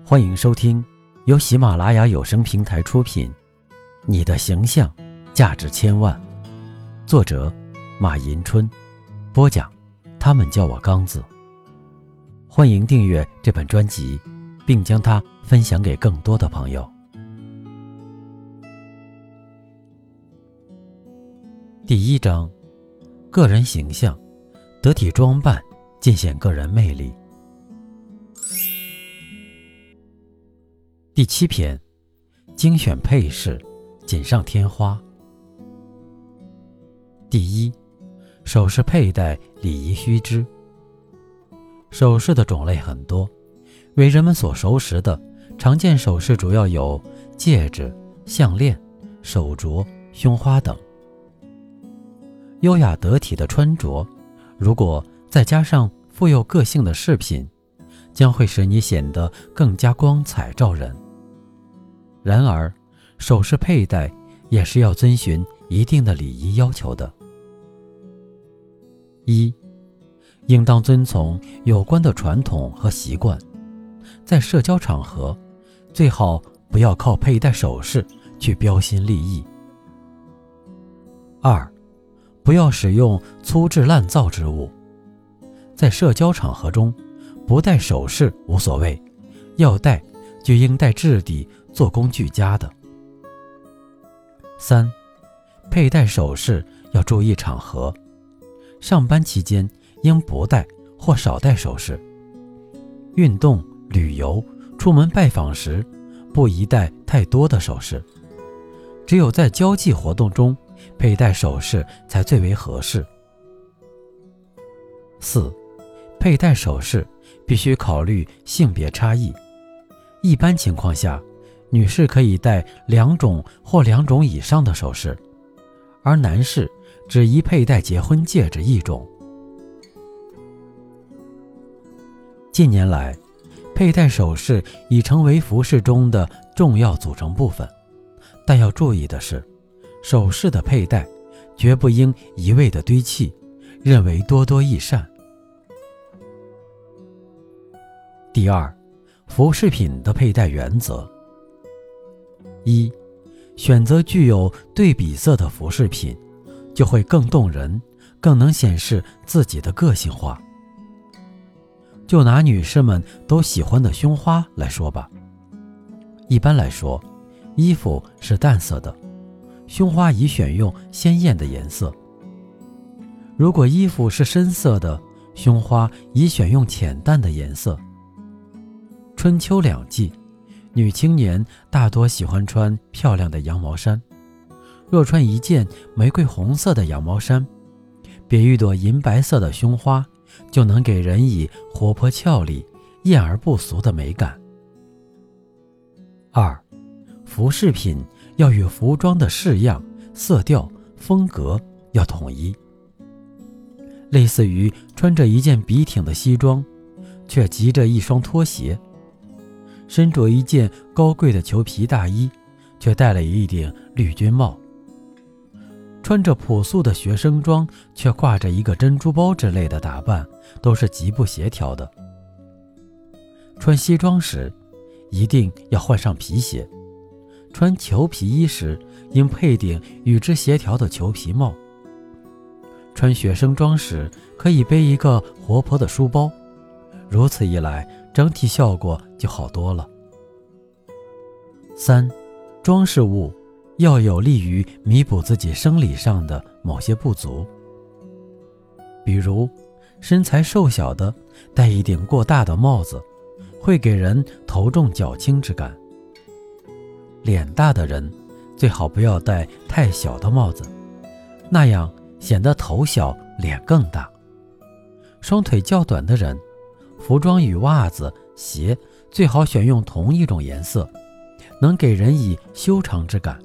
欢迎收听由喜马拉雅有声平台出品，你的形象价值千万，作者马迎春，播讲他们叫我刚子。欢迎订阅这本专辑，并将它分享给更多的朋友。第一章，个人形象，得体装扮尽显个人魅力。第7篇，精选配饰，锦上添花。第一，首饰佩戴礼仪须知。首饰的种类很多，为人们所熟识的常见首饰主要有戒指、项链、手镯、胸花等。优雅得体的穿着，如果再加上富有个性的饰品，将会使你显得更加光彩照人。然而，首饰佩戴也是要遵循一定的礼仪要求的。一，应当遵从有关的传统和习惯，在社交场合，最好不要靠佩戴首饰去标新立异。二，不要使用粗制滥造之物，在社交场合中，不戴首饰无所谓，要戴就应戴质地做工俱佳的。三，佩戴首饰要注意场合，上班期间应不戴或少戴首饰，运动、旅游、出门拜访时不宜戴太多的首饰，只有在交际活动中佩戴首饰才最为合适。四，佩戴首饰必须考虑性别差异，一般情况下，女士可以戴2种或2种以上的首饰，而男士只宜佩戴结婚戒指1种。近年来，佩戴首饰已成为服饰中的重要组成部分，但要注意的是，首饰的佩戴绝不应一味的堆砌，认为多多益善。第二，服饰品的佩戴原则。一，选择具有对比色的服饰品，就会更动人，更能显示自己的个性化。就拿女士们都喜欢的胸花来说吧，一般来说，衣服是淡色的，胸花宜选用鲜艳的颜色。如果衣服是深色的，胸花宜选用浅淡的颜色。春秋2季，女青年大多喜欢穿漂亮的羊毛衫，若穿一件玫瑰红色的羊毛衫，别一朵银白色的胸花，就能给人以活泼俏丽、艳而不俗的美感。二，服饰品要与服装的式样、色调、风格要统一。类似于穿着一件笔挺的西装，却系着一双拖鞋，身着一件高贵的裘皮大衣，却戴了一顶绿军帽，穿着朴素的学生装，却挂着一个珍珠包之类的打扮，都是极不协调的。穿西装时，一定要换上皮鞋；穿裘皮衣时，应配顶与之协调的裘皮帽；穿学生装时，可以背一个活泼的书包，如此一来，整体效果就好多了。三，装饰物要有利于弥补自己生理上的某些不足，比如身材瘦小的戴一顶过大的帽子，会给人头重脚轻之感。脸大的人最好不要戴太小的帽子，那样显得头小脸更大。双腿较短的人，服装与袜子、鞋最好选用同一种颜色，能给人以修长之感。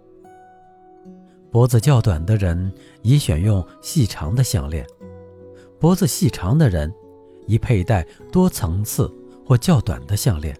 脖子较短的人宜选用细长的项链，脖子细长的人宜佩戴多层次或较短的项链。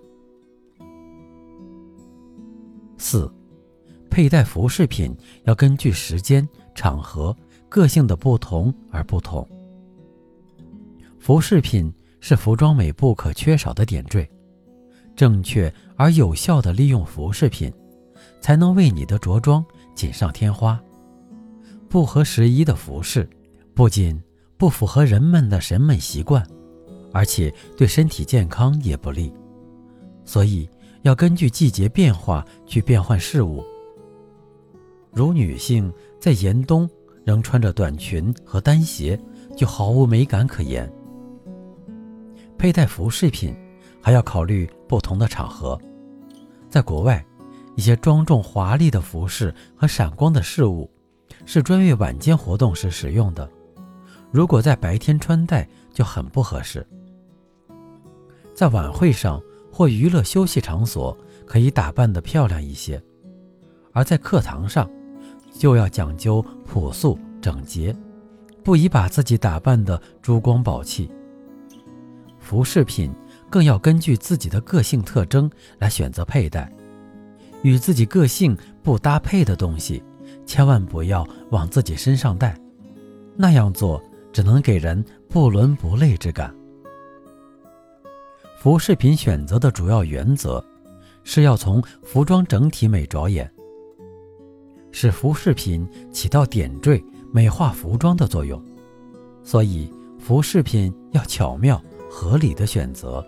四，佩戴服饰品要根据时间、场合、个性的不同而不同。服饰品是服装美不可缺少的点缀， 正确而有效地利用服饰品，才能为你的着装锦上添花。不合时宜的服饰不仅不符合人们的审美习惯，而且对身体健康也不利。所以要根据季节变化去变换事物。如女性在严冬仍穿着短裙和单鞋，就毫无美感可言。佩戴服饰品还要考虑不同的场合。在国外，一些庄重华丽的服饰和闪光的饰物是专为晚间活动时使用的，如果在白天穿戴就很不合适。在晚会上或娱乐休息场所可以打扮得漂亮一些，而在课堂上就要讲究朴素整洁，不宜把自己打扮得珠光宝气。服饰品更要根据自己的个性特征来选择佩戴，与自己个性不搭配的东西千万不要往自己身上带，那样做只能给人不伦不类之感。服饰品选择的主要原则是要从服装整体美着眼，使服饰品起到点缀美化服装的作用，所以服饰品要巧妙合理的选择。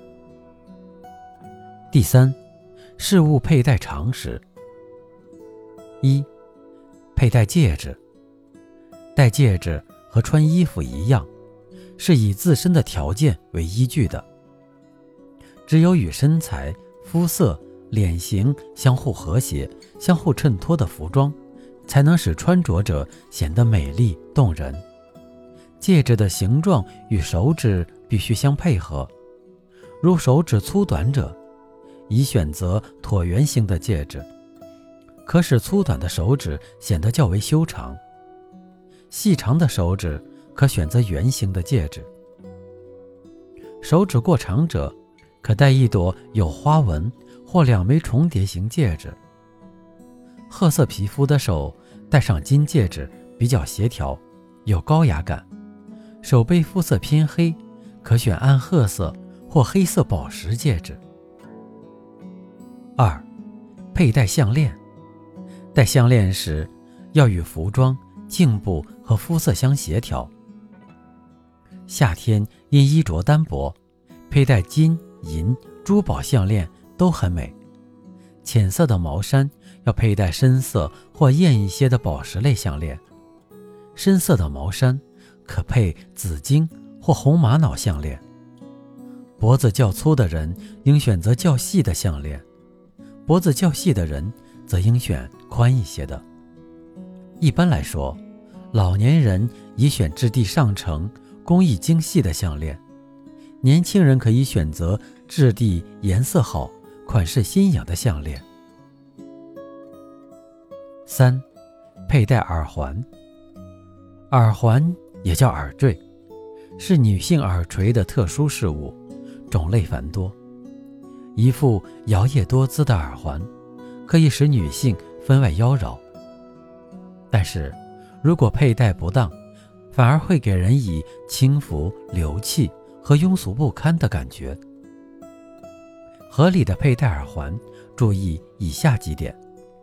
第三，饰物佩戴常识。一、佩戴戒指。戴戒指和穿衣服一样，是以自身的条件为依据的。只有与身材、肤色、脸型相互和谐、相互衬托的服装，才能使穿着者显得美丽动人。戒指的形状与手指必须相配合，如手指粗短者，宜选择椭圆形的戒指，可使粗短的手指显得较为修长；细长的手指可选择圆形的戒指。手指过长者，可戴一朵有花纹或2枚重叠型戒指。褐色皮肤的手戴上金戒指比较协调，有高雅感。手背肤色偏黑，可选暗褐色或黑色宝石戒指。2、佩戴项链。戴项链时要与服装、颈部和肤色相协调。夏天因衣着单薄，佩戴金、银、珠宝项链都很美。浅色的毛衫要佩戴深色或艳一些的宝石类项链，深色的毛衫可配紫金或红玛瑙项链。脖子较粗的人应选择较细的项链，脖子较细的人则应选宽一些的。一般来说，老年人宜选质地上乘、工艺精细的项链，年轻人可以选择质地颜色好、款式新颖的项链。3、佩戴耳环。耳环也叫耳坠，是女性耳垂的特殊饰物，种类繁多。一副摇曳多姿的耳环可以使女性分外妖娆，但是如果佩戴不当，反而会给人以轻浮、流气和庸俗不堪的感觉。合理的佩戴耳环注意以下几点：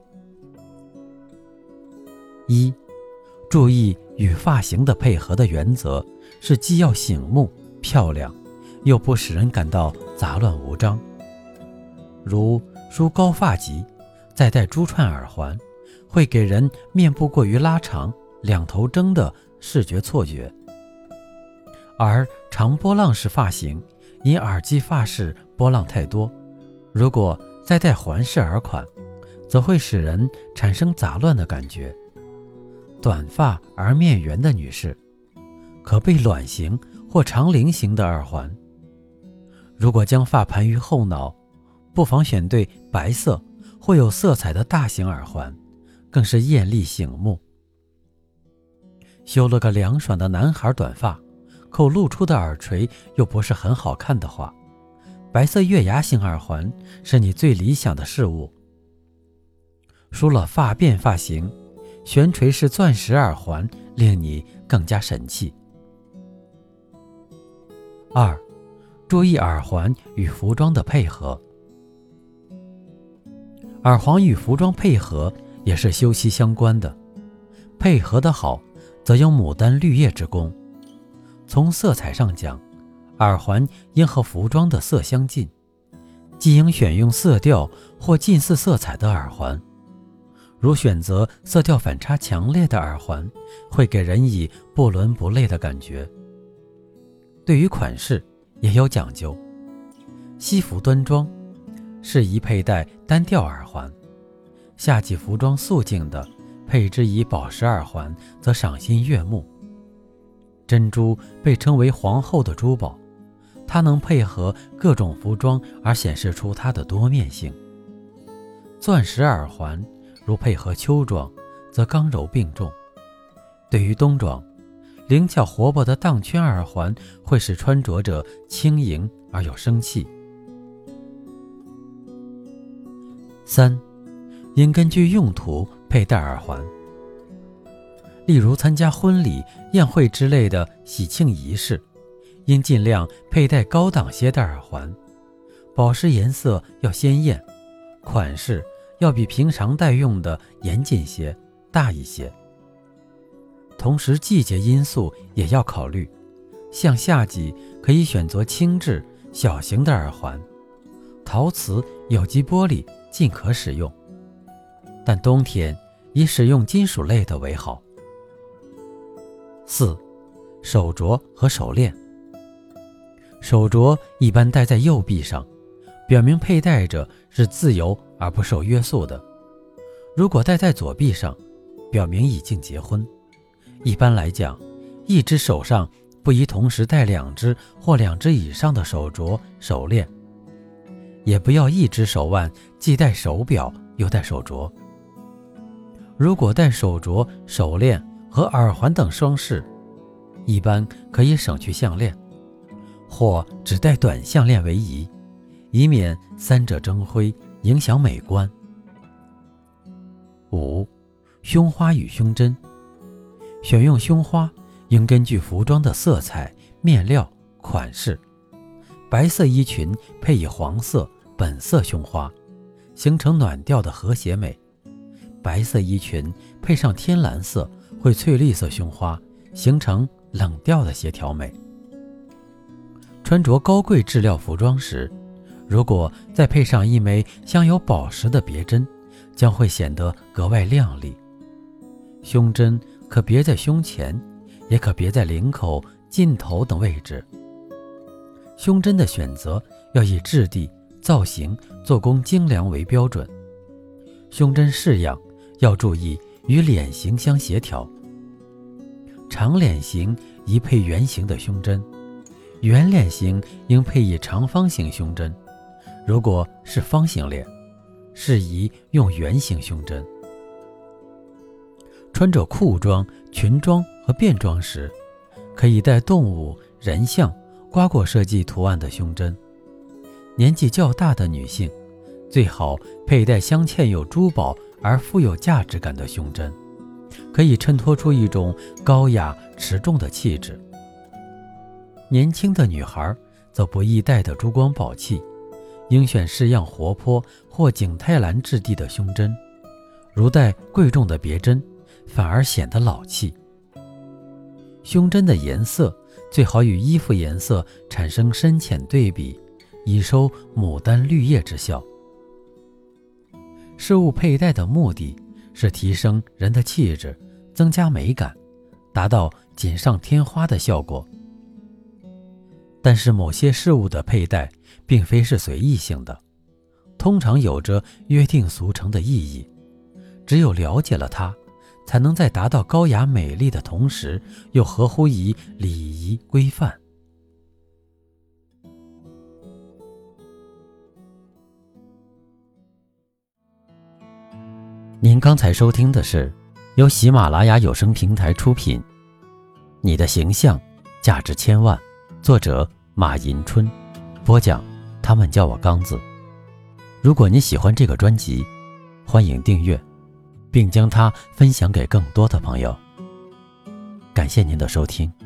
一、注意与发型的配合的原则是既要醒目漂亮，又不使人感到杂乱无章。如梳高发髻再戴珠串耳环，会给人面部过于拉长、两头睁的视觉错觉。而长波浪式发型因耳际发饰波浪太多，如果再戴环式耳款，则会使人产生杂乱的感觉。短发而面圆的女士可备卵形或长菱形的耳环。如果将发盘于后脑，不妨选对白色或有色彩的大型耳环，更是艳丽醒目。修了个凉爽的男孩短发，口露出的耳垂又不是很好看的话，白色月牙形耳环是你最理想的饰物。梳了发辫发型，悬垂式钻石耳环令你更加神气。2、注意耳环与服装的配合。 耳环与服装配合也是休戚相关的，配合得好，则有牡丹绿叶之功。从色彩上讲，耳环应和服装的色相近，既应选用色调或近似色彩的耳环。如选择色调反差强烈的耳环，会给人以不伦不类的感觉。对于款式也有讲究，西服端庄，适宜佩戴单调耳环；夏季服装素净的，配之以宝石耳环，则赏心悦目。珍珠被称为皇后的珠宝，它能配合各种服装而显示出它的多面性。钻石耳环如配合秋装，则刚柔并重。对于冬装，灵巧活泼的荡圈耳环会使穿着者轻盈而有生气。3. 应根据用途佩戴耳环。例如参加婚礼、宴会之类的喜庆仪式，应尽量佩戴高档些的耳环，宝石颜色要鲜艳，款式要比平常戴用的严谨些、大一些。同时季节因素也要考虑，像夏季可以选择轻质、小型的耳环，陶瓷、有机玻璃尽可使用，但冬天以使用金属类的为好。4. 手镯和手链。手镯一般戴在右臂上，表明佩戴者是自由而不受约束的；如果戴在左臂上，表明已经结婚。一般来讲，一只手上不宜同时戴2只或2只以上的手镯、手链，也不要一只手腕既戴手表又戴手镯。如果戴手镯、手链和耳环等装饰，一般可以省去项链，或只戴短项链为宜，以免三者争辉，影响美观。5. 胸花与胸针。选用胸花应根据服装的色彩、面料、款式。白色衣裙配以黄色、本色胸花，形成暖调的和谐美；白色衣裙配上天蓝色或翠绿色胸花，形成冷调的协调美。穿着高贵质料服装时，如果再配上一枚镶有宝石的别针，将会显得格外亮丽。胸针可别在胸前，也可别在领口、襟头等位置。胸针的选择要以质地、造型、做工精良为标准。胸针式样要注意与脸型相协调。长脸型宜配圆形的胸针，圆脸型应配以长方形胸针。如果是方形脸，适宜用圆形胸针。穿着裤装、裙装和便装时，可以戴动物、人像、瓜果设计图案的胸针。年纪较大的女性，最好佩戴镶嵌有珠宝而富有价值感的胸针，可以衬托出一种高雅持重的气质。年轻的女孩则不易戴得珠光宝气，应选式样活泼或景泰蓝质地的胸针，如戴贵重的别针，反而显得老气。胸针的颜色最好与衣服颜色产生深浅对比，以收牡丹绿叶之效。饰物佩戴的目的是提升人的气质，增加美感，达到锦上添花的效果。但是某些饰物的佩戴并非是随意性的，通常有着约定俗成的意义，只有了解了它，才能在达到高雅美丽的同时，又合乎于礼仪规范。您刚才收听的是由喜马拉雅有声平台出品，你的形象价值千万，作者马迎春，播讲他们叫我刚子。如果你喜欢这个专辑，欢迎订阅，并将它分享给更多的朋友。感谢您的收听。